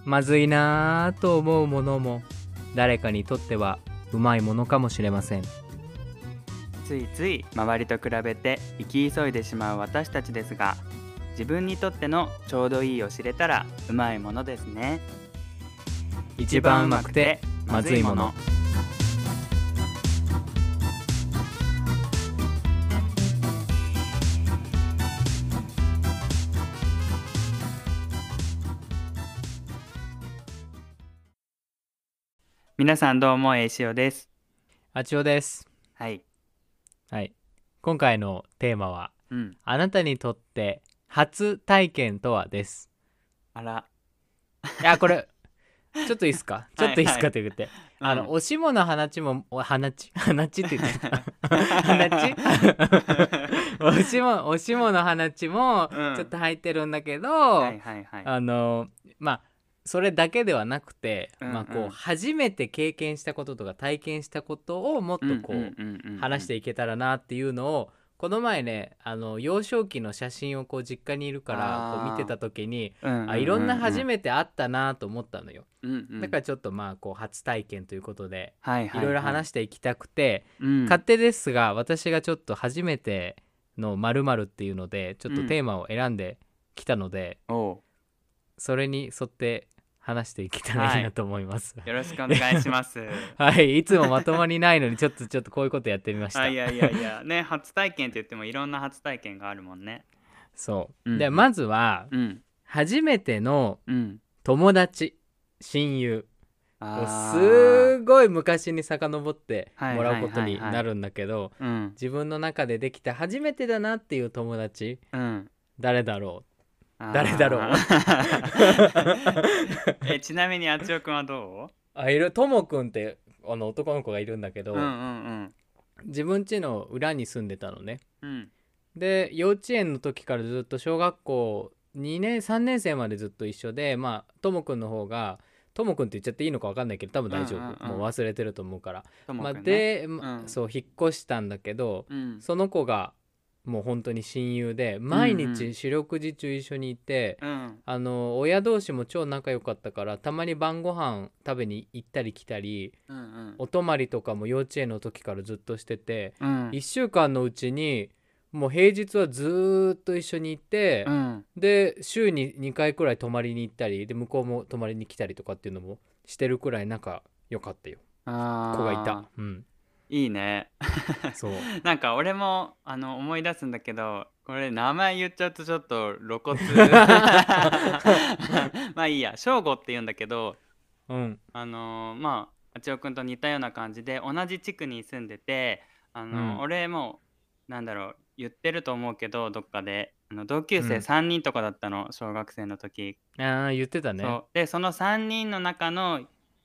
まずいなぁと思うものも誰かにとってはうまいものかもしれません。 ついつい周りと比べて生き急いでしまう私たちですが、自分にとってのちょうどいいを知れたらうまいものですね。 一番うまくてまずいもの。 皆さんどうも、えいしおです。 あちおです。 はい。 はい。今回のテーマは、 あなたにとって初体験とはです。 ら。 いや、これ、ちょっといいっすかちょっといいっすかって言って。おしもの話って言ってた。話おしもの話もちょっと入ってるんだけど、まあ、それだけではなくて、初めて経験したこととか体験したことをもっと話していけたらなっていうのを、この前ね、幼少期の写真を実家にいるから見てた時に、いろんな初めてあったなと思ったのよ。だからちょっと初体験ということで、いろいろ話していきたくて、勝手ですが私がちょっと初めての〇〇っていうのでちょっとテーマを選んできたので、それに沿って話していけたらいいなと思います。 よろしくお願いします。 はい、いつもまとまりないのにちょっとこういうことやってみました。 いやね、初体験って言ってもいろんな初体験があるもんね。 そう、でまずは、初めての友達、親友、すごい昔に遡ってもらうことになるんだけど、自分の中でできた初めてだなっていう友達、誰だろうちなみにあちおくんはどう？ともくんって男の子がいるんだけど、自分家の裏に住んでたのね。で幼稚園の時からずっと小学校2年3年生までずっと一緒で、ともくんの方がともくんって言っちゃっていいのか分かんないけど多分大丈夫、もう忘れてると思うから。そう引っ越したんだけど、その子がもう本当に親友で毎日四六時中一緒にいて、親同士も超仲良かったからたまに晩ご飯食べに行ったり来たり、お泊まりとかも幼稚園の時からずっとしてて、1週間のうちにもう平日はずっと一緒にいて、で週に2回くらい泊まりに行ったりで向こうも泊まりに来たりとかっていうのもしてるくらい仲良かったよ。子がいた。 いいね。 そうなんか俺も思い出すんだけど、これ名前言っちゃうとちょっと露骨。まあいいや、翔吾って言うんだけど、あちおくんと似たような感じで同じ地区に住んでて、俺もなんだろう言ってると思うけどどっかで同級生3人とかだったの、小学生の時。 言ってたね。 そうでその3人の中の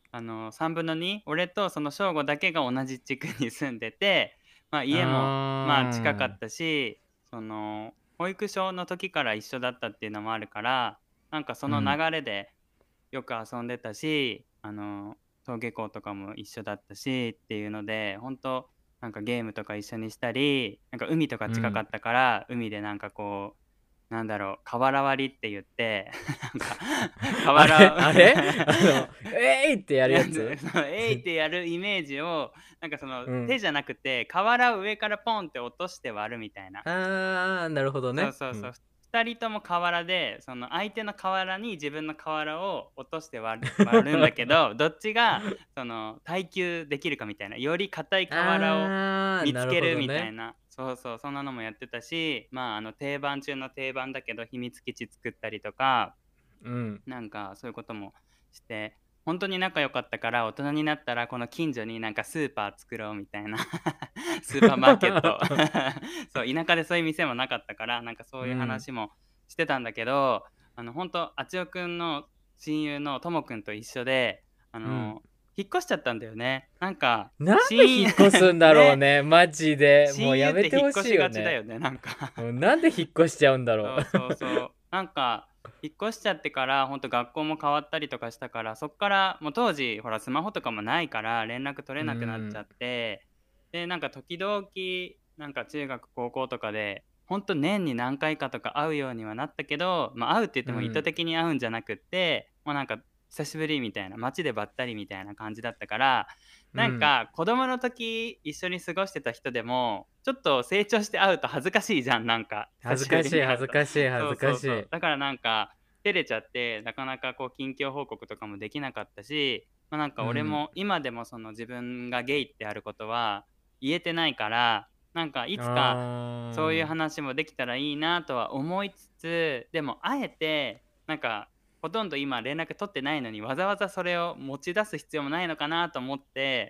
3分の2、俺とその翔吾だけが同じ地区に住んでて、家も近かったし、その保育所の時から一緒だったっていうのもあるから、なんかその流れでよく遊んでたし、登下校とかも一緒だったしっていうので、本当なんかゲームとか一緒にしたり、なんか海とか近かったから、海でなんかこうなんだろう、瓦割りって言ってなんかあれえいってやるやつえいってやるイメージを、なんかその、手じゃなくて瓦を上からポンって落として割るみたいな。 なるほどね。 そう、2人とも瓦でその相手の瓦に自分の瓦を落として割るんだけどどっちがその耐久できるかみたいな、より硬い瓦を見つけるみたいな。そうそんなのもやってたし、定番中の定番だけど秘密基地作ったりとか、なんかそういうこともして本当に仲良かったから、大人になったらこの近所になんかスーパー作ろうみたいなスーパーマーケットそう田舎でそういう店もなかったから、なんかそういう話もしてたんだけど、本当あちおくんの親友のともくんと一緒で引っ越しちゃったんだよね。なんで引っ越すんだろうねマジでもうやめてほしいよね。 引っ越しがちだよね、なんかなんで引っ越しちゃうんだろう。 そうなんか引っ越しちゃってから本当学校も変わったりとかしたから、そっからもう当時ほらスマホとかもないから連絡取れなくなっちゃって、でなんか時々なんか中学高校とかで本当年に何回かとか会うようにはなったけど、会うって言っても意図的に会うんじゃなくって、もうなんか久しぶりみたいな、街でばったりみたいな感じだったから、なんうんか子供の時一緒に過ごしてた人でもちょっと成長して会うと恥ずかしいじゃん、なんか久しぶ恥ずかしいりに会うと。 恥ずかしい恥そうずかしい。 そうそう、だからなんか照れちゃってなかなかこう近況報告とかもできなかったし、まあ、なんか俺うんも今でもその自分がゲイってあることは言えてないから、なんかいつかそういうあ話もできたらいいなとは思いつつ、でもあえてなんかほとんど今連絡取ってないのにわざわざそれを持ち出す必要もないのかなと思って、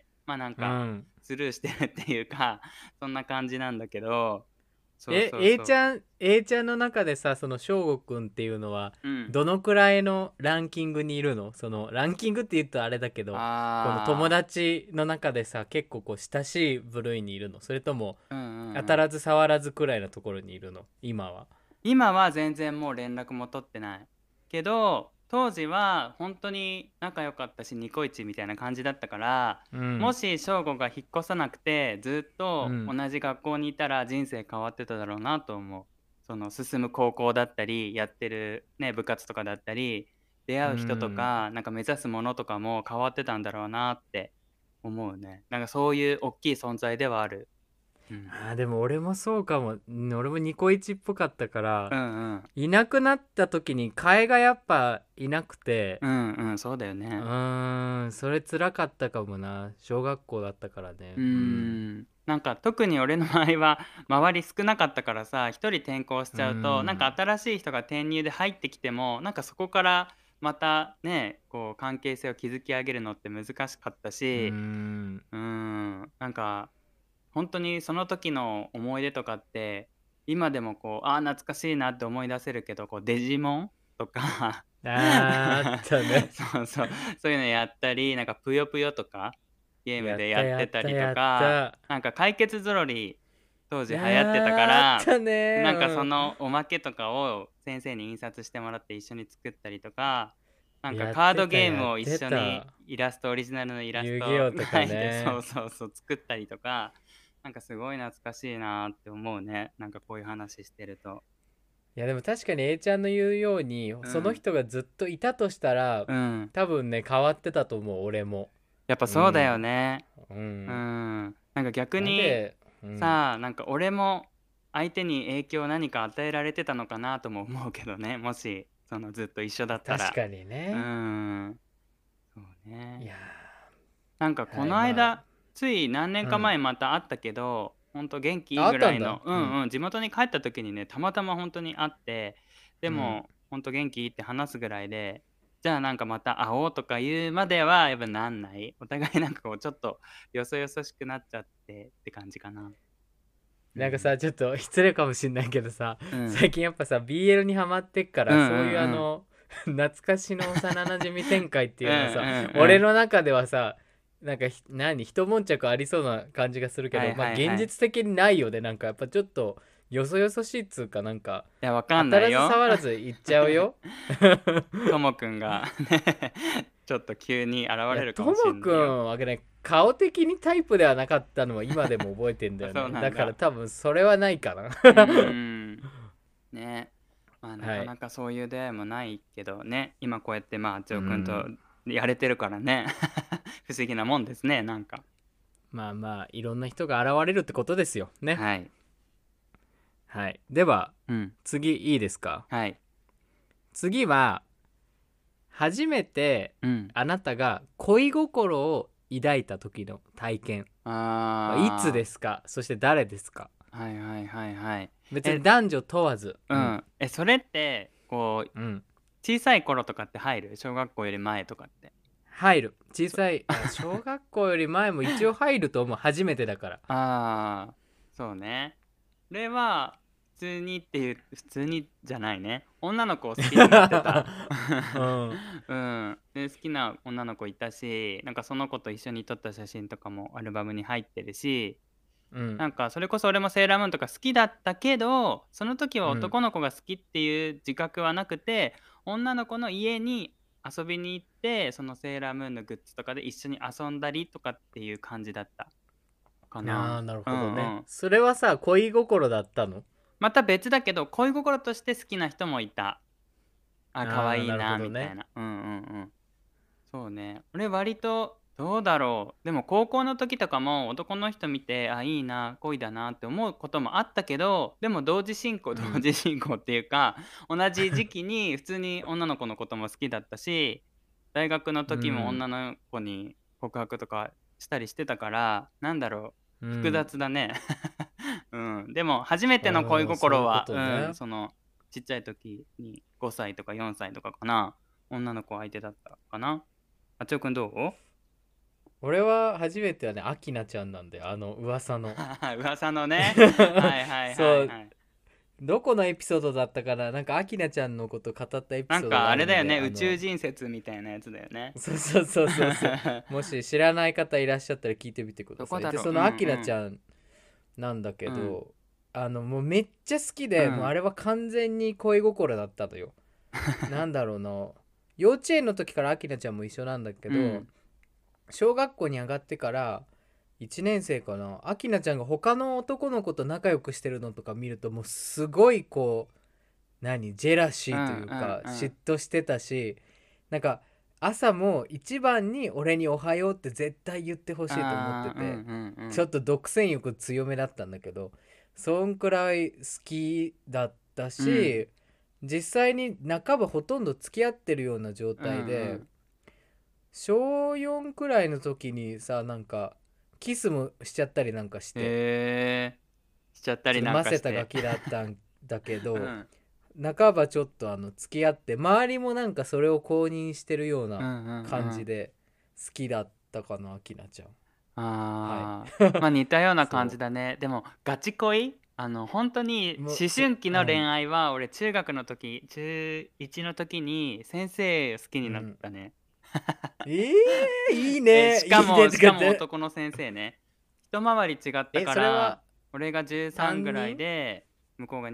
まあなんかうん。 スルーしてるっていうかそんな感じなんだけど、そうえ、 そう A そう。 ちゃん、A ちゃんの中でさ、その翔吾くんっていうのは、 うん。 どのくらいのランキングにいるの？その、ランキングって言うとあれだけど、この友あ達の中でさ、結構こう、親しい部類にいるの？それとも、 あ、うんうんうん。 当たらず触らずくらいのところにいるの？今は。 今は全然もう連絡も取ってないけど、当時は本当に仲良かったしニコイチみたいな感じだったから、もうん。 し翔吾が引っ越さなくてずっとうん。 同じ学校にいたら人生変わってただろうなと思う。その進む高校だったりやってるね部活とかだったり出う会う人とん。 かなんか目指すものとかも変わってたんだろうなって思うね。なんかそういう大きい存在ではある。うん。 あーでも俺もそうかも。俺もニコイチっぽかったから、 うんうん。 いなくなった時に替えがやっぱいなくて、 うんうん、そうだようね。 それ辛かったかもな。小学校だったからね。うん。 なんか特に俺の場合は周り少なかったからさ、一人転校しうちゃうと、なんかん。 新しい人が転入で入ってきても、なんかそこからまたね、こう関係性を築き上げるのって難しかったうし、 ん。 なんか本当にその時の思い出とかって、今でもこう、ああ、懐かしいなって思い出せるけど、こうデジモンとかあったね。 そうそう、そういうのやったり、なんかぷよぷよとか、ゲームやっでやったやってたりとたやっか、 た。 なんか解決ぞろり当時流行ってたかあっら、 たね。 なんかそうん。 のおまけとかを先生に印刷してもらって一緒に作ったりとか、なんかやっカードてたゲームを一やって緒にた。 イラストオリジナルのイラス遊戯ト王とか描いて、そうね。 そうそう、作ったりとか、なんかすごい懐かしいなって思うね。なんかこういう話してると。 いやでも確かに A ちゃんの言うように、そのうん。 人がずっといたとしたら、 うん。 多分ね、変わってたと思う、俺も。 やっぱうそうだよん。 ね。 うん。 なんか逆になんで、うん。 さあ、なんか俺も相手に影響を何か与えられてたのかなとも思うけどね。もし、そのずっと一緒だったら。 確かにうーね。 ん。そうね。 いやなんかこはい、まの間、つい何年あ、うん。 か前また会ったけど、ほんと元気いいあ、あったんだ。 ぐらいの、 うん。 地元に帰った時にね、たまたま本当に会って、でうん。 もほんと元気いいって話すぐらいで、じゃあなんかまた会おうとか言うまではやっぱなんない。お互いなんかこうちょっとよそよそしくなっちゃってって感じかな。うん。 なんかさ、ちょっと失礼かもしんないけどさ、 うん。 最近やっぱさ、BL にハマってっかうんうら、そういうんうん。 懐かしの幼馴染展開ってうんうんいうのはさ、 うん。 俺の中ではさ、なんか一悶着ありそうな感じがするけはいど、まあはいはい。 現実的にないよね。なんかやっぱちょっと、よそよそしいっつうかなんか、 いや、わか当たらずんないよ。 触らず言っちゃうよ。 ともくんがね、ちょっと急に現いや、 れるかもしともくんないよ。 んはね、顔的にタイプではなかったのは今でも覚えてんだあ、 よね。だからそうなんだ。 多分それはないかな。 うーん。ね。まあ、なはい。 かなかそういう出会いもないけどね、今こうやって、まあ、あつうおくんとん。 やれてるからね。不思議なもんですね、なんか。 まあまあ、いろんな人が現れるってことですよ。ね。 はい。 はい。では、 うん。 次いいですか？ はい。 次は、初めてうん。 あなたが恋心を抱いた時の体験はいつであすか？そして誰ですか？ あ、はいはいはいはい。 別にえ、 男女問わず。うん。 うん。それって、こう、 うん。 小さい頃とかって入る？小学校より前とかって。 入る。小そさい、小学校より前も一応入ると思う。初めてだから。 ああ、そうね。これは、普通にっていう、普通にじゃないね。女の子を好きになってた。 うん。 うん。で、好きな女の子いたし、なんかその子と一緒に撮った写真とかもアルバムに入ってるし、 うん。 なんかそれこそ俺もセーラームーンとか好きだったけど、その時はうん。 男の子が好きっていう自覚はなくて、女の子の家に遊びに行って、そのセーラームーンのグッズとかで一緒に遊んだりとかっていう感じだったかな。 ああ、なるうんほどね。 うん。 それはさ、恋心だったの？ また別だけど、恋心として好きな人もいた。あ、可ああ、 愛いなるほどね。 なみたいな。うんうんうん。 そうね。俺割とどうだろう。でも高校の時とかも男の人見て、あ、いいな、恋だなって思うこともあったけど、でも同うん時進行っていうか、同じ時期に普通に女の子のことも好きだったし、大学のう時もん女の子に告白とかしたりしてたから、なんだろう、複うん雑だね。うん。でも初めての恋そういうこ心は、 とね。 そのちっちゃい時に5歳とか4歳とかかな。女の子相手だったかな。あちおくんどう？ 俺は初めてはね、アキナちゃんなんだよ。噂の。 噂のね。はいはいはそう、 いはい。 どこのエピソードだったかな、なんかアキナちゃんのこと語ったエピなんソードがかあれだよね、 あるので、 宇宙人説みたいなやつだよね。 そうそうそうそうそう。もし知らない方いらっしゃったら聞いてみてください。で、 どこだろう。 そのアキナちゃんなんだけうんうんど、もうめっちゃ好きで、もうあうん。 れは完全に恋心だったのよ。なんだろうな。幼稚園の時からアキナちゃんも一緒なんだけど、 うん。 小学校に上がってから1年生かな、アキナちゃんが他の男の子と仲良くしてるのとか見ると、もうすごいこう、ジェラシうんうーというか嫉んうん。 妬してたし、なんか朝も一番に俺に「おはよう」って絶対言ってほしいと思ってああ、うんて、 うんうん。 ちょっと独占欲強めだったんだけど、そんくらい好きだったうん。 し、実際に半ばほとんど付き合ってるような状うんう態で、 ん。 小4くらいの時にさ、なんかキスもしちゃったりなんかして、 へえ。しちゃったりなんちょっとまかして。 せたガキだったんだけど、 うん。 半ばちょっと付き合って、周りもなんかそれを公認してるようなうんうんうん。 感じで好きだったかな、きなちゃん。はい。 ああ、ま、似たような感じそだね。でもガチ恋？本当にうもう思春期の恋うん、 愛は、俺中学の時、中1の時に先生好きになっうん、 たね。 いいね、いいねとしかもかって。 男の先生ね。一回り違ったかそれはら、俺が13ぐらい担任で、向こうが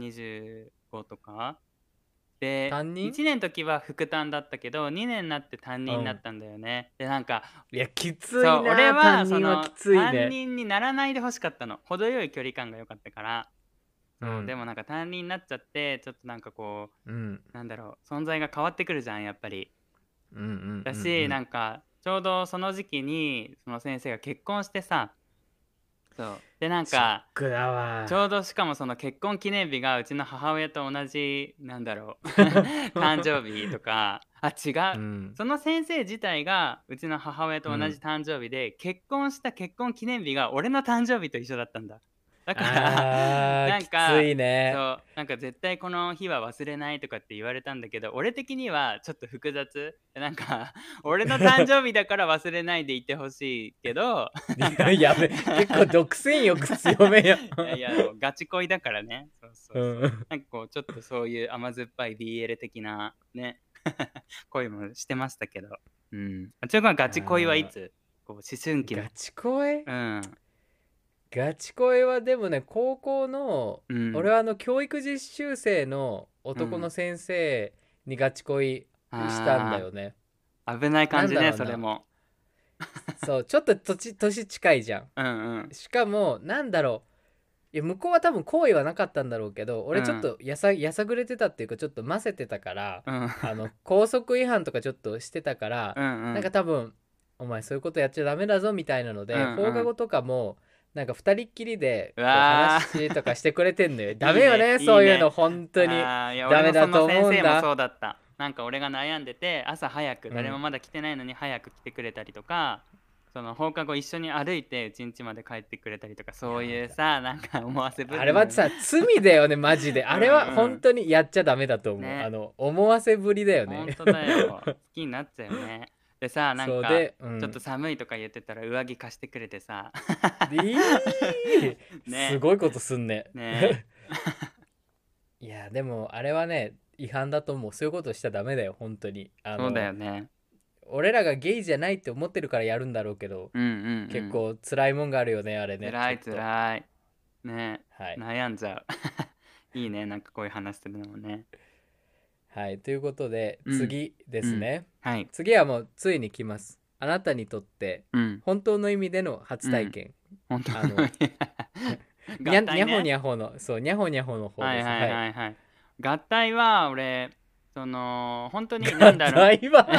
25とか。で、 担任 1年の時は副担だったけど、2年になって担うん。 任になったんだよね。で、なんかいや、きついそう、俺な、 は担任はきつい担ね。 任にならないで欲しかったの。程よい距離感が良かったから。そう、でうん、 もなんか担任になっちゃって、ちょっとなんかこうん、 う、なんだろう、存在が変わってくるじゃん、やっぱり。 うん、うん、うん、 だし、 うん。 なんか、ちょうどその時期に、その先生が結婚してさ、そう。で、なんショッか、 クだちょうわ。 どしかもその結婚記念日がうちの母親と同じ、なんだろう、誕生日とか、あ、違う。 うん、 その先生自体がうちの母親と同じうん。 誕生日で、結婚した結婚記念日が俺の誕生日と一緒だったんだ。だからなんきつか、 いね。 そう、なんか絶対この日は忘れないとかって言われたんだけど、俺的にはちょっと複雑。なんか、俺の誕生日だから忘れないでいてほしいけど、 いや、 なんかやべ、結構独占欲強めや。 いやいや、もうガチ恋だからね。そうそうそう。 うん。 なんかこう、ちょっとそういう甘酸っぱい BL 的なね、恋もしてましたけど。うん。あちらくんはガチ恋はいあつ？こう、思春期の。 ガチ恋うん。 ガチ恋はでもね、高校の、 うん。 俺は教育実習生の男のうん。 先生にガチ恋したんだあよね。 あ、危ないなん感じね、 だろうな。 それも。 そう、ちょっと年近いじゃん。 うんうん。 しかも、なんだろう。いや、向こうは多分好意はなかったんだろうけど、俺ちょっうん。 とやさぐれてたっていうか、ちょっとませてたから、 うん。 校則違反とかちょっとしてたから、 うんうなんかん。 多分、お前そういうことやっちゃダメだぞみたいなのうんで、放課うん。 後とかも、なんか二人っきりでうこうわ話とーかしてくれてんのよ。ダいいね、 メよね、そういうの、 いいね。 本当に。 ああ、いや、俺ダメのそのだと先生もそ思うんだ。 うだった。なんか俺が悩んでて、朝早く、 うん。 誰もまだ来てないのに早く来てくれたりとか、その放課後一緒に歩いてうちん家まで帰ってくれたりとか、そうやだ。 いうさ、なんか思わせぶるのよ。 あれはさ、罪だよね、マジで。 うあれはんうん。 本当にやっちゃダメだと思う。 ね。 思わせぶりだよね。 ほんとだよ。好きになっちゃうよね。でさ、なんか、 そうで、うちょっとん。 寒いとか言ってたら上着貸してくれてさ。 すね。 ごいことすんね。 ね。 いや、でも、あれはね、違反だと思う。そういうことしちゃダメだよ、本当に。 そうだよね。 俺らがゲイじゃないって思ってるからやるんだろうけど、 うんうんうん。 結構辛いもんがあるよね、あれね、ち辛いょっと。 辛い。ね。 はい。 悩んじゃう。いいね、なんかこういう話するのもね。 はい。ということで、 うん。 次でうん。 すね。 はい。 次はもうついに来ます。あなたにとってうん。 本当の意味での初うん。 体験。 本当のあの、にゃほ合体ね。 にゃほの、そう、にゃほにゃほの方はいはいです。はい。 はいはい。合体は俺、 本当になんだろう。 合体は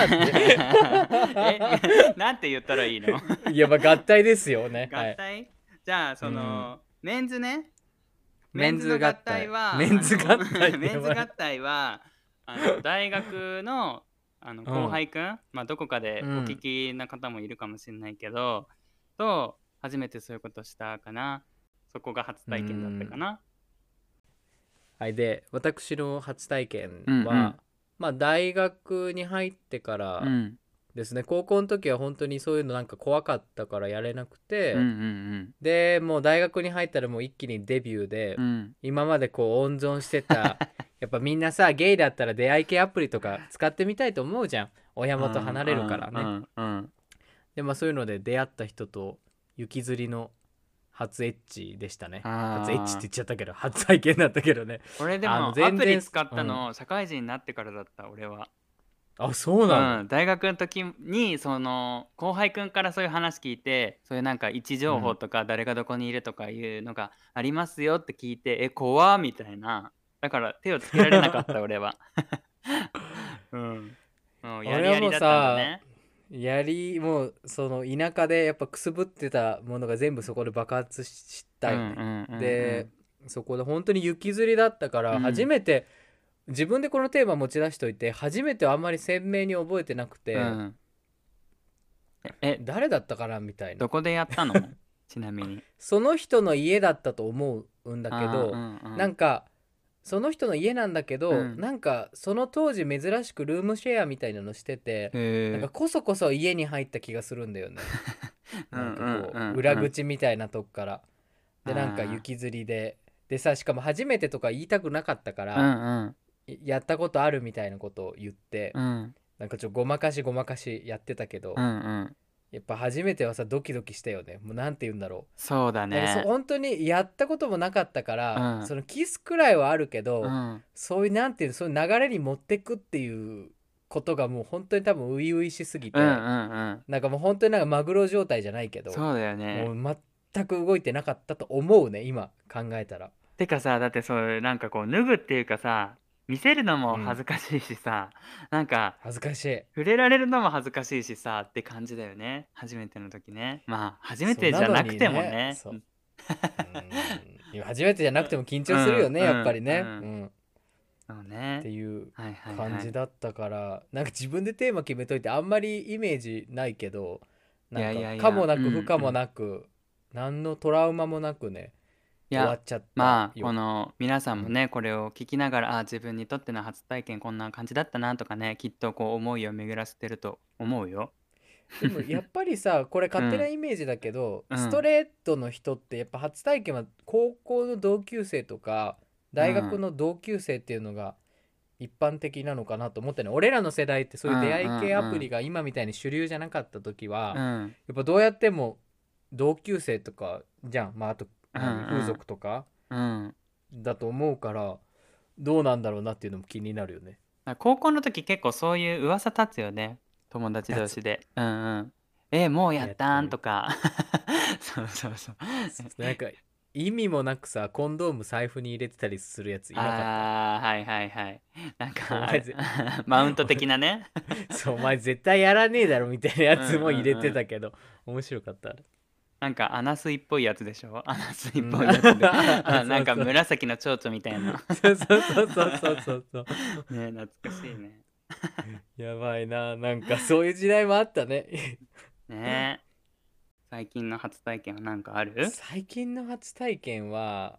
ってなんて言ったらいいの？ いや、まあ合体ですよね。 合体？じゃあメンズね。 メンズ合体。メンズ合体メンズ合体は大学の後輩くん、まあどこかでお聞きな方もいるかもしれないけど、と初めてそういうことしたかな。そこが初体験だったかな。 はい。で、私の初体験は、まあ大学に入ってからですね、高校の時は本当にそういうのなんか怖かったからやれなくて、でもう大学に入ったらもう一気にデビューで、今までこう温存してたやっぱみんなさ、ゲイだったら出会い系アプリとか使ってみたいと思うじゃん、親元離れるからね。でまあそういうので出会った人と雪吊りの初エッチでしたね。初エッチって言っちゃったけど初体験だったけどね。 俺でもアプリ使ったの、社会人になってからだった。俺は。 あ、そうなの？ 大学の時にその後輩くんからそういう話聞いて、そういうなんか位置情報とか誰がどこにいるとかいうのがありますよって聞いて、怖みたいな。だから手をつけられなかった俺は。もうやりやりだったんだね。 もうその田舎でやっぱくすぶってたものが全部そこで爆発したよね。でそこで本当に雪吊りだったから初めて、自分でこのテーマ持ち出しといて初めてあんまり鮮明に覚えてなくて、誰だったかなみたいな。 どこでやったの？ちなみにその人の家だったと思うんだけど、なんかその人の家なんだけど、なんかその当時珍しくルームシェアみたいなのしてて、なんかこそこそ家に入った気がするんだよね。なんかこう裏口みたいなとこからで、なんか雪吊りでさ、しかも初めてとか言いたくなかったから、やったことあるみたいなことを言って、なんかごまかしやってたけど、やっぱ初めてはさドキドキしたよね。もうなんて言うんだろう。 そうだね。 本当にやったこともなかったから、そのキスくらいはあるけど、そういうなんていうの、そういう流れに持ってくっていうことがもう本当に多分初々しすぎて、なんかもう本当になんかマグロ状態じゃないけど、 そうだよね。 もう全く動いてなかったと思うね、今考えたら。 てかさ、だってそうなんかこう脱ぐっていうかさ、見せるのも恥ずかしいしさ、なんか恥ずかしい、 触れられるのも恥ずかしいしさって感じだよね、初めての時ね。まあ初めてじゃなくてもね。 初めてじゃなくても緊張するよね、やっぱりね。 そうね。 っていう感じだったから、なんか自分でテーマ決めといてあんまりイメージないけど、なんか可もなく不可もなく、何のトラウマもなくね、終わっちゃった。 まあこの皆さんもね、これを聞きながら、自分にとっての初体験こんな感じだったなとかね、きっとこう思いを巡らせてると思うよ。 でもやっぱりさ、これ勝手なイメージだけど、ストレートの人ってやっぱ初体験は高校の同級生とか大学の同級生っていうのが一般的なのかなと思ってね。俺らの世代ってそういう出会い系アプリが今みたいに主流じゃなかった時は、やっぱどうやっても同級生とかじゃん。まああと風俗とかだと思うから、どうなんだろうなっていうのも気になるよね。 高校の時結構そういう噂立つよね、友達同士で。もうやったんとか。そうなんか意味もなくさ、コンドーム財布に入れてたりするやついなかった？ はいはいはい。なんかマウント的なね。 そう、お前絶対やらねえだろみたいなやつも入れてたけど、面白かった。 なんかアナスイっぽいやつでしょ。アナスイっぽいやつで、なんか紫の蝶々みたいな。 そう。 ね、懐かしいね。 やばいな、なんかそういう時代もあったね。 ね。最近の初体験は何かある？ 最近の初体験は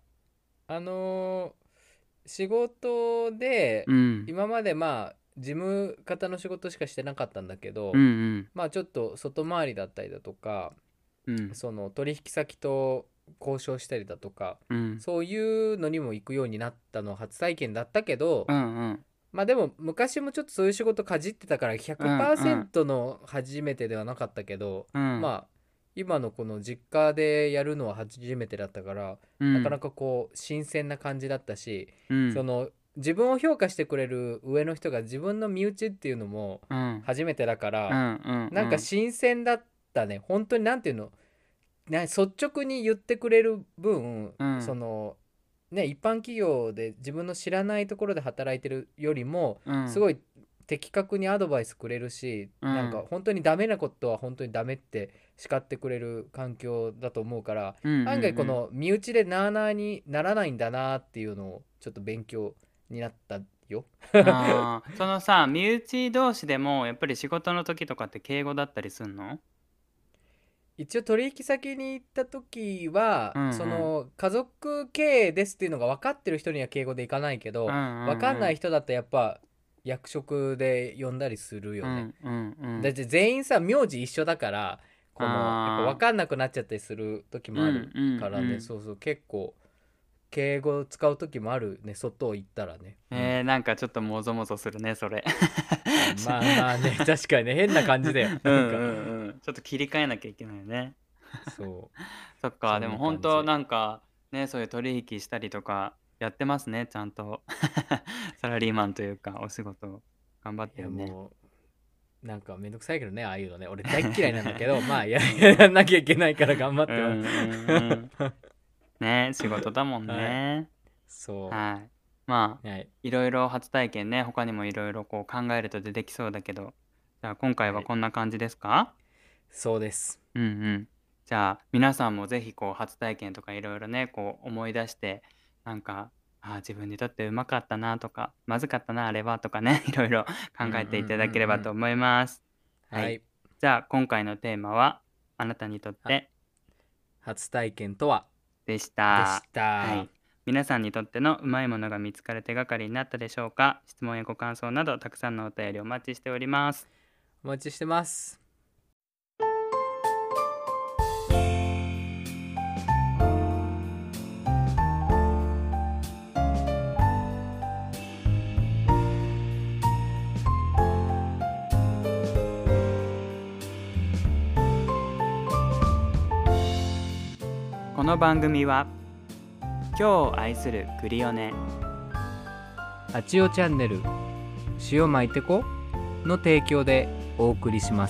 仕事で、今までまあ事務方の仕事しかしてなかったんだけど、まあちょっと外回りだったりだとか、その取引先と交渉したりだとか、そういうのにも行くようになったのは初体験だったけど、まあでも昔もちょっとそういう仕事かじってたから 100% の初めてではなかったけど、まあ今のこの実家でやるのは初めてだったから、なかなかこう新鮮な感じだったし、その自分を評価してくれる上の人が自分の身内っていうのも初めてだから、なんか新鮮だったね。本当になんていうの、率直に言ってくれる分、そのね、一般企業で自分の知らないところで働いてるよりもすごい的確にアドバイスくれるし、なんか本当にダメなことは本当にダメって叱ってくれる環境だと思うから、案外この身内でなあなあにならないんだなっていうのをちょっと勉強になったよ。 そのさ、身内同士でもやっぱり仕事の時とかって敬語だったりすんの？ 一応取引先に行った時は、その家族経営ですっていうのが分かってる人には敬語でいかないけど、分かんない人だったらやっぱ役職で呼んだりするよね。だって全員さ名字一緒だから、このやっぱ分かんなくなっちゃったりする時もあるからね、そうそう、結構敬語使う時もあるね、外を行ったらね。 なんかちょっともぞもぞするねそれ。 まあまあね、確かにね、変な感じだよ。なんかちょっと切り替えなきゃいけないよね。 そうそっか、でも本当なんかね、そういう取引したりとかやってますね、ちゃんと。サラリーマンというかお仕事頑張ってるね。 もうなんかめんどくさいけどね、ああいうのね、俺大っ嫌いなんだけど、まあやらなきゃいけないから頑張ってます。 ね、仕事だもんね。 そう。 はい。まあ、いろいろ初体験ね、他にもいろいろこう考えると出てきそうだけど、じゃあ今回はこんな感じですか？ そうです。 じゃあ皆さんもぜひこう初体験とかいろいろね、こう思い出して、なんか、自分にとってうまかったなとか、まずかったなあれはとかね、いろいろ考えていただければと思います。はい。じゃあ今回のテーマは、あなたにとって初体験とはでした。はい。皆さんにとってのうまいものが見つかる手がかりになったでしょうか？質問やご感想などたくさんのお便りお待ちしております。 お待ちしてます。 この番組は今日を愛するクリオネ、 あちおチャンネル塩まいてこの提供でお送りします。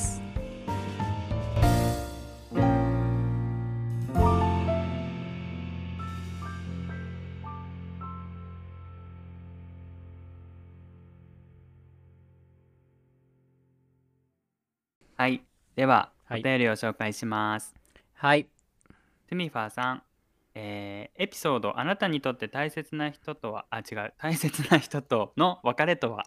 はい。では、お便りを紹介します。 はい。 トゥミファーさん、エピソード、あなたにとって大切な人とは、大切な人との別れとは？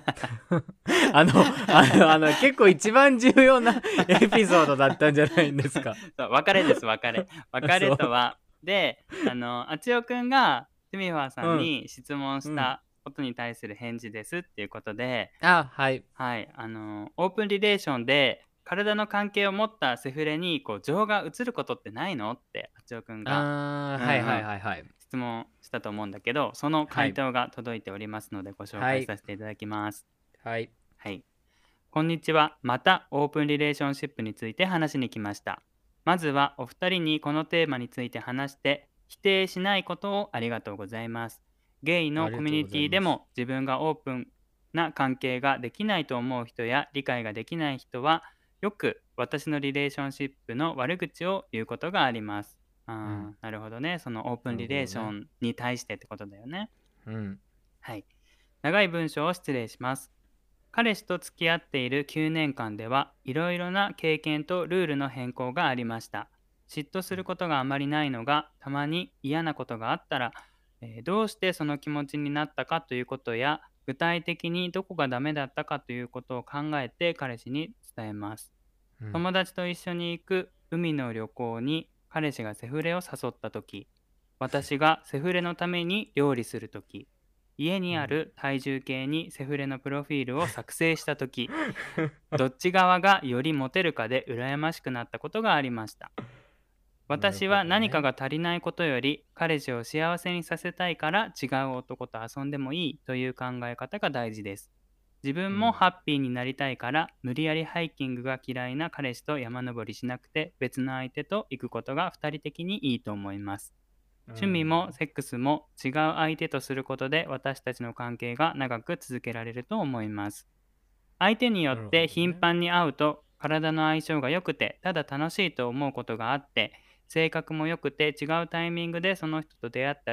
結構一番重要なエピソードだったんじゃないんですか。 別れです、別れ。別れとは、で、あちおくんがトゥミファーさんに質問したことに対する返事ですっていうことで、 はい。 はい、オープンリレーションで体の関係を持ったセフレにこう情が移ることってないのってあちおくんが質問したと思うんだけど、その回答が届いておりますのでご紹介させていただきます。 はい。 はい。こんにちは。またオープンリレーションシップについて話しに来ました。まずはお二人にこのテーマについて話して否定しないことをありがとうございます。ゲイのコミュニティでも自分がオープンな関係ができないと思う人や理解ができない人はよく私のリレーションシップの悪口を言うことがあります。なるほどね。そのオープンリレーションに対してってことだよね。はい。長い文章を失礼します。彼氏と付き合っている9年間ではいろいろな経験とルールの変更がありました。嫉妬することがあまりないのが、たまに嫌なことがあったら、どうしてその気持ちになったかということや、具体的にどこがダメだったかということを考えて彼氏に伝えます。友達と一緒に行く海の旅行に彼氏がセフレを誘ったとき、私がセフレのために料理するとき、家にある体重計にセフレのプロフィールを作成したとき、どっち側がよりモテるかで羨ましくなったことがありました。私は何かが足りないことより彼氏を幸せにさせたいから違う男と遊んでもいいという考え方が大事です。自分もハッピーになりたいから無理やりハイキングが嫌いな彼氏と山登りしなくて別の相手と行くことが2人的にいいと思います。趣味もセックスも違う相手とすることで私たちの関係が長く続けられると思います。相手によって頻繁に会うと体の相性が良くてただ楽しいと思うことがあって、性格も良くて違うタイミングでその人と出会ったら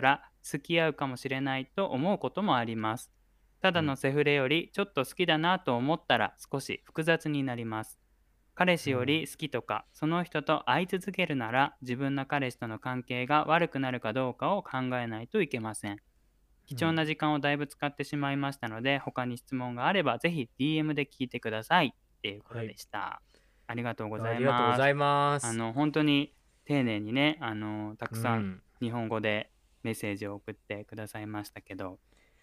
付き合うかもしれないと思うこともあります。ただのセフレよりちょっと好きだなと思ったら少し複雑になります。彼氏より好きとか、その人と会い続けるなら、自分の彼氏との関係が悪くなるかどうかを考えないといけません。貴重な時間をだいぶ使ってしまいましたので、他に質問があればぜひ DM で聞いてくださいっていうことでした。はい、ありがとうございます。本当に丁寧にね、たくさん日本語でメッセージを送ってくださいましたけど、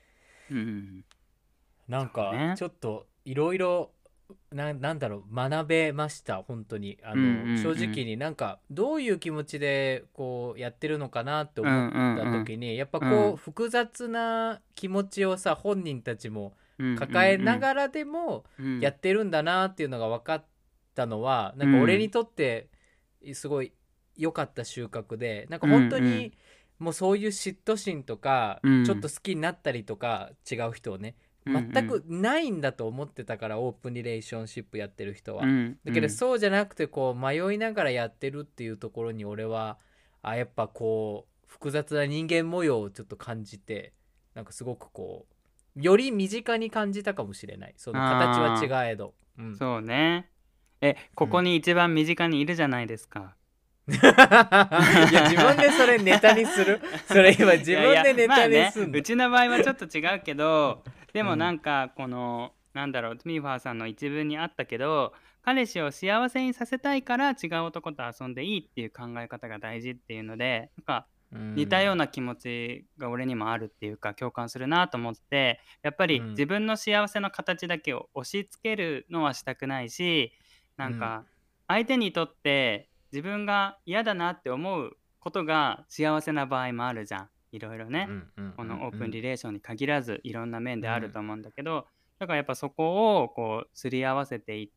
なんかちょっといろいろなんだろう、学べました本当に。正直になんかどういう気持ちでこうやってるのかなって思った時に、やっぱこう複雑な気持ちをさ本人たちも抱えながらでもやってるんだなっていうのが分かったのは、なんか俺にとってすごい良かった収穫で、なんか本当にもうそういう嫉妬心とかちょっと好きになったりとか、違う人をね全くないんだと思ってたから、オープンリレーションシップやってる人は、だけどそうじゃなくてこう迷いながらやってるっていうところに俺はやっぱこう複雑な人間模様をちょっと感じて、なんかすごくこうより身近に感じたかもしれない。その形は違えど、 そうね。ここに一番身近にいるじゃないですか。 いや自分でそれネタにするそれ今自分でネタにするの、 うちの場合はちょっと違うけどでもなんかこの、なんだろう、トミーファーさんの一文にあったけど、彼氏を幸せにさせたいから違う男と遊んでいいっていう考え方が大事っていうので、なんか似たような気持ちが俺にもあるっていうか共感するなと思って、やっぱり自分の幸せの形だけを押し付けるのはしたくないし、なんか相手にとって自分が嫌だなって思うことが幸せな場合もあるじゃん。いろいろね。このオープンリレーションに限らずいろんな面であると思うんだけど、だからやっぱそこをこうすり合わせていって、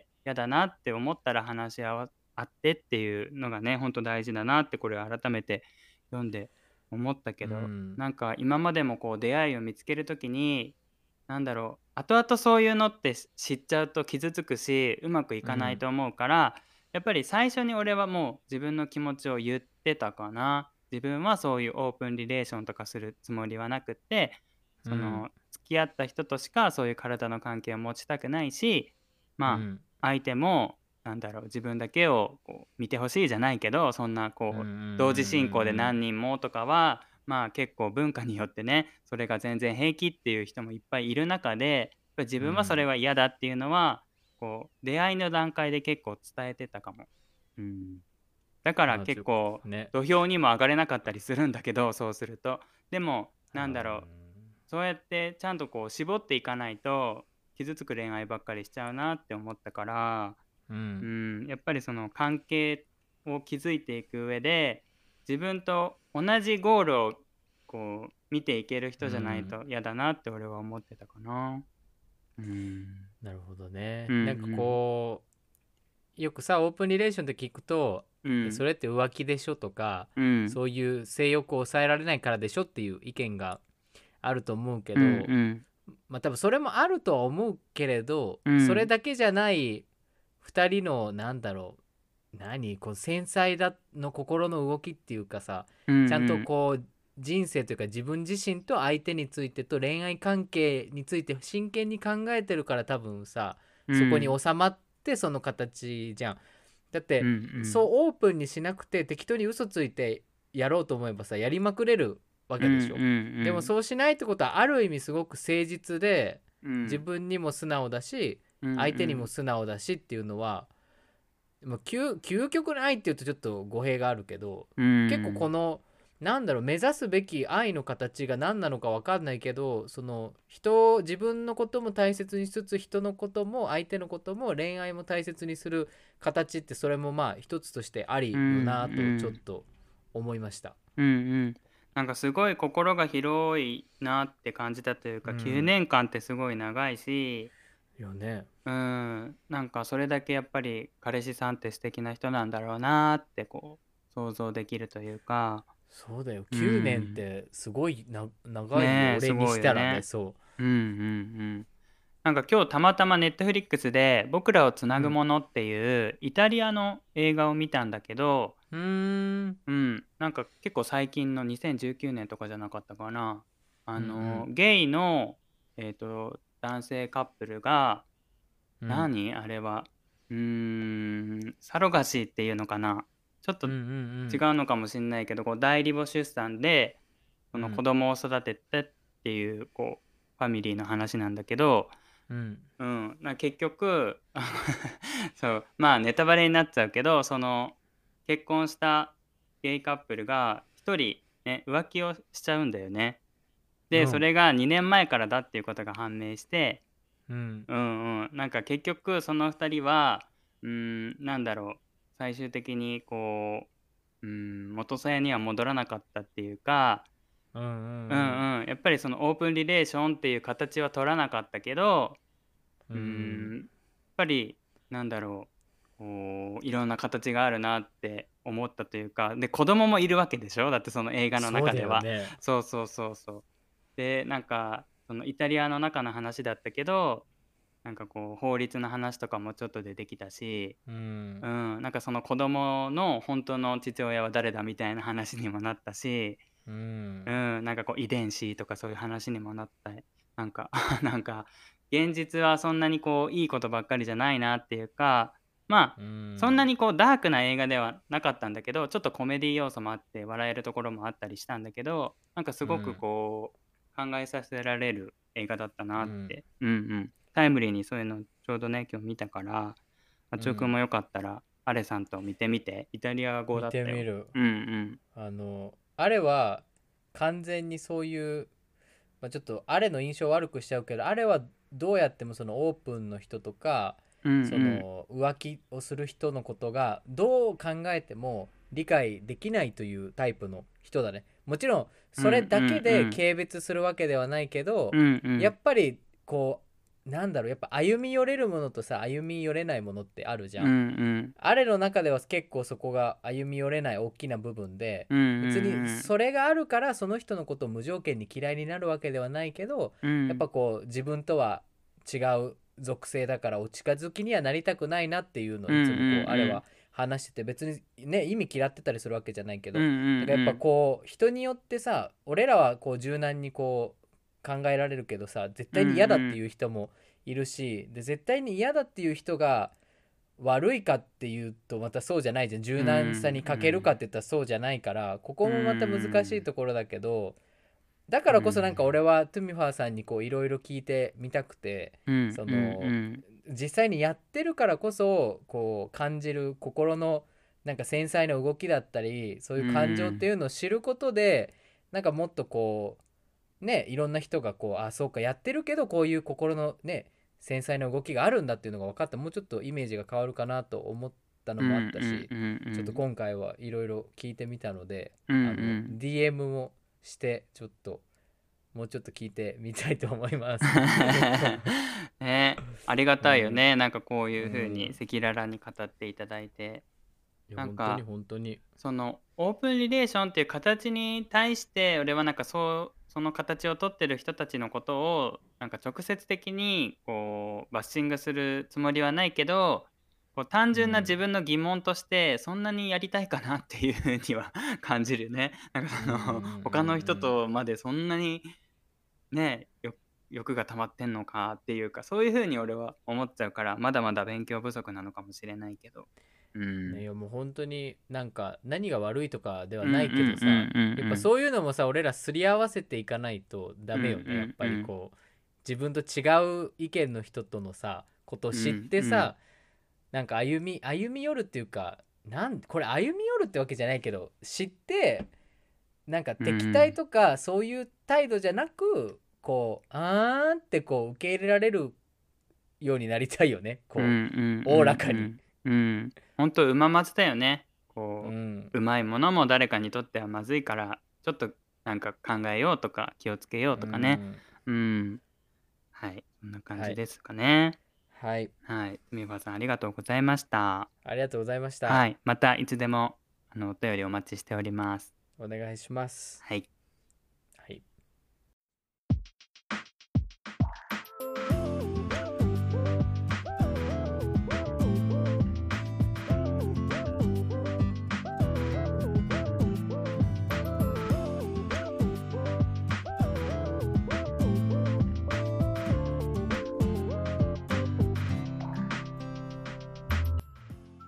嫌だなって思ったら話し合ってっていうのがね、ほんと大事だなってこれ改めて読んで思ったけど、なんか今までもこう出会いを見つけるときに、なんだろう、後々そういうのって知っちゃうと傷つくし、うまくいかないと思うから、やっぱり最初に俺はもう自分の気持ちを言ってたかな。自分はそういうオープンリレーションとかするつもりはなくって、その付き合った人としかそういう体の関係を持ちたくないし、まあ相手もなんだろう、自分だけをこう見てほしいじゃないけど、そんなこう同時進行で何人もとかはまあ結構文化によってね、それが全然平気っていう人もいっぱいいる中で、やっぱり自分はそれは嫌だっていうのはこう出会いの段階で結構伝えてたかも。だから結構土俵にも上がれなかったりするんだけど、そうすると。でもなんだろう、そうやってちゃんとこう絞っていかないと傷つく恋愛ばっかりしちゃうなって思ったから、やっぱりその関係を築いていく上で自分と同じゴールをこう見ていける人じゃないと嫌だなって俺は思ってたかな。 なるほどね。なんかこうよくさオープンリレーションって聞くと、それって浮気でしょとか、そういう性欲を抑えられないからでしょっていう意見があると思うけど、まあ多分それもあるとは思うけれど、それだけじゃない2人のなんだろう、こう繊細の心の動きっていうかさ、ちゃんとこう人生というか自分自身と相手についてと恋愛関係について真剣に考えてるから、多分さそこに収まってその形じゃん。だって、そうオープンにしなくて適当に嘘ついてやろうと思えばさやりまくれるわけでしょ。でもそうしないってことはある意味すごく誠実で、自分にも素直だし、相手にも素直だしっていうのは、究極の愛っていうとちょっと語弊があるけど、結構このなんだろう、目指すべき愛の形が何なのか分かんないけど、その自分のことも大切にしつつ人のことも相手のことも恋愛も大切にする形って、それもまあ一つとしてありよなとちょっと思いました。 なんかすごい心が広いなって感じたというか、9年間ってすごい長いしよね。 なんかそれだけやっぱり彼氏さんって素敵な人なんだろうなってこう想像できるというか。 そうだよ、9年ってすごい長いよ、俺にしたらね。そうなんか今日たまたまネットフリックスで僕らをつなぐものっていうイタリアの映画を見たんだけど、なんか結構最近の2019年とかじゃなかったかな。ゲイの、男性カップルが、何あれは、サロガシーっていうのかな。ちょっと違うのかもしれないけど、こう代理母出産でその子供を育ててっていうこうファミリーの話なんだけど、結局そうまあネタバレになっちゃうけど、その結婚したゲイカップルが一人、ね、浮気をしちゃうんだよね。で、それが2年前からだっていうことが判明して、なんか結局その2人はなんだろう、最終的にこう元さやには戻らなかったっていうか、やっぱりそのオープンリレーションっていう形は取らなかったけど、やっぱりなんだろう、こういろんな形があるなって思ったというか、で子供もいるわけでしょ、だってその映画の中では。そうそうそうそう。でなんかそのイタリアの中の話だったけど、なんかこう法律の話とかもちょっと出てきたし、なんかその子供の本当の父親は誰だみたいな話にもなったし、なんかこう遺伝子とかそういう話にもなった。なんかなんか現実はそんなにこういいことばっかりじゃないなっていうか、まあそんなにこうダークな映画ではなかったんだけど、ちょっとコメディ要素もあって笑えるところもあったりしたんだけど、なんかすごくこう考えさせられる映画だったなって、タイムリーにそういうのちょうどね今日見たから、あちおくんもよかったらアレさんと見てみて。イタリア語だったよ。 見てみる。あれは完全にそういう、ちょっとあれの印象悪くしちゃうけど、あれはどうやってもそのオープンの人とか、その浮気をする人のことがどう考えても理解できないというタイプの人だね。もちろんそれだけで軽蔑するわけではないけど、やっぱりこうなんだろう、やっぱ歩み寄れるものとさ歩み寄れないものってあるじゃん。あれの中では結構そこが歩み寄れない大きな部分で、別にそれがあるからその人のことを無条件に嫌いになるわけではないけど、やっぱこう自分とは違う属性だからお近づきにはなりたくないなっていうのをいつもこうあれは話してて、別にね意味嫌ってたりするわけじゃないけど、だからやっぱこう人によってさ、俺らはこう柔軟にこう考えられるけどさ、絶対に嫌だっていう人もいるし、で絶対に嫌だっていう人が悪いかっていうとまたそうじゃないじゃん。柔軟さに欠けるかって言ったらそうじゃないから、ここもまた難しいところだけど、だからこそなんか俺はトゥミファーさんにこういろいろ聞いてみたくて、その実際にやってるからこそこう感じる心のなんか繊細な動きだったり、そういう感情っていうのを知ることで、なんかもっとこうね、いろんな人がこう、あ、そうかやってるけどこういう心のね繊細な動きがあるんだっていうのが分かったら、もうちょっとイメージが変わるかなと思ったのもあったし、ちょっと今回はいろいろ聞いてみたので、DM もしてちょっともうちょっと聞いてみたいと思います。 ね、ありがたいよね、なんかこういう風に赤裸々に語っていただいて。なんか本当にそのオープンリレーションっていう形に対して俺はなんかその形を取ってる人たちのことをなんか直接的にこうバッシングするつもりはないけど、こう単純な自分の疑問としてそんなにやりたいかなっていうふうには感じるね。なんかその他の人とまでそんなにね欲が溜まってんのかっていうか、そういうふうに俺は思っちゃうから、まだまだ勉強不足なのかもしれないけど。 いやもう本当になんか何が悪いとかではないけどさ、やっぱそういうのもさ俺らすり合わせていかないとダメよね。やっぱりこう自分と違う意見の人とのさことを知ってさ、なんか歩み寄るっていうか、これ歩み寄るってわけじゃないけど、知ってなんか敵対とかそういう態度じゃなく、こうあーんってこう受け入れられるようになりたいよね。こうおおらかに。 ほんとうままずだよね。こう、うまいものも誰かにとってはまずいから、ちょっとなんか考えようとか気をつけようとかね。はい、そんな感じですかね。 はい。 はい。みばさんありがとうございました。 ありがとうございました。 はい。またいつでもお便りお待ちしております。 お願いします。 はい。 はい。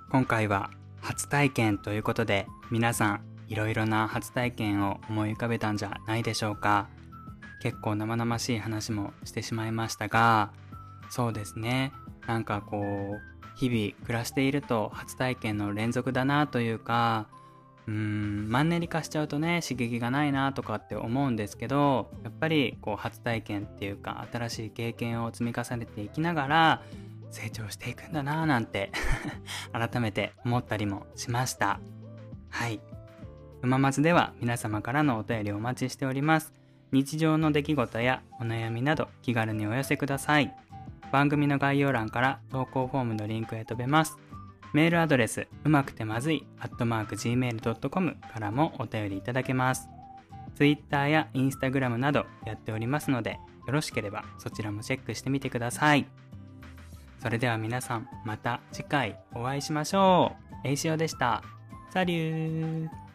今回は初体験ということで、皆さんいろいろな初体験を思い浮かべたんじゃないでしょうか。結構生々しい話もしてしまいましたが、そうですね、なんかこう日々暮らしていると初体験の連続だなというか、マンネリ化しちゃうとね、刺激がないなとかって思うんですけど、やっぱりこう初体験っていうか新しい経験を積み重ねていきながら成長していくんだななんて改めて思ったりもしました。はい。うままずでは皆様からのお便りをお待ちしております。日常の出来事やお悩みなど気軽にお寄せください。番組の概要欄から投稿フォームのリンクへ飛べます。メールアドレスうまくてまずい@gmail.com からもお便りいただけます。Twitter や Instagram などやっておりますので、よろしければそちらもチェックしてみてください。それでは皆さん、また次回お会いしましょう。えいしおでした。サリュー。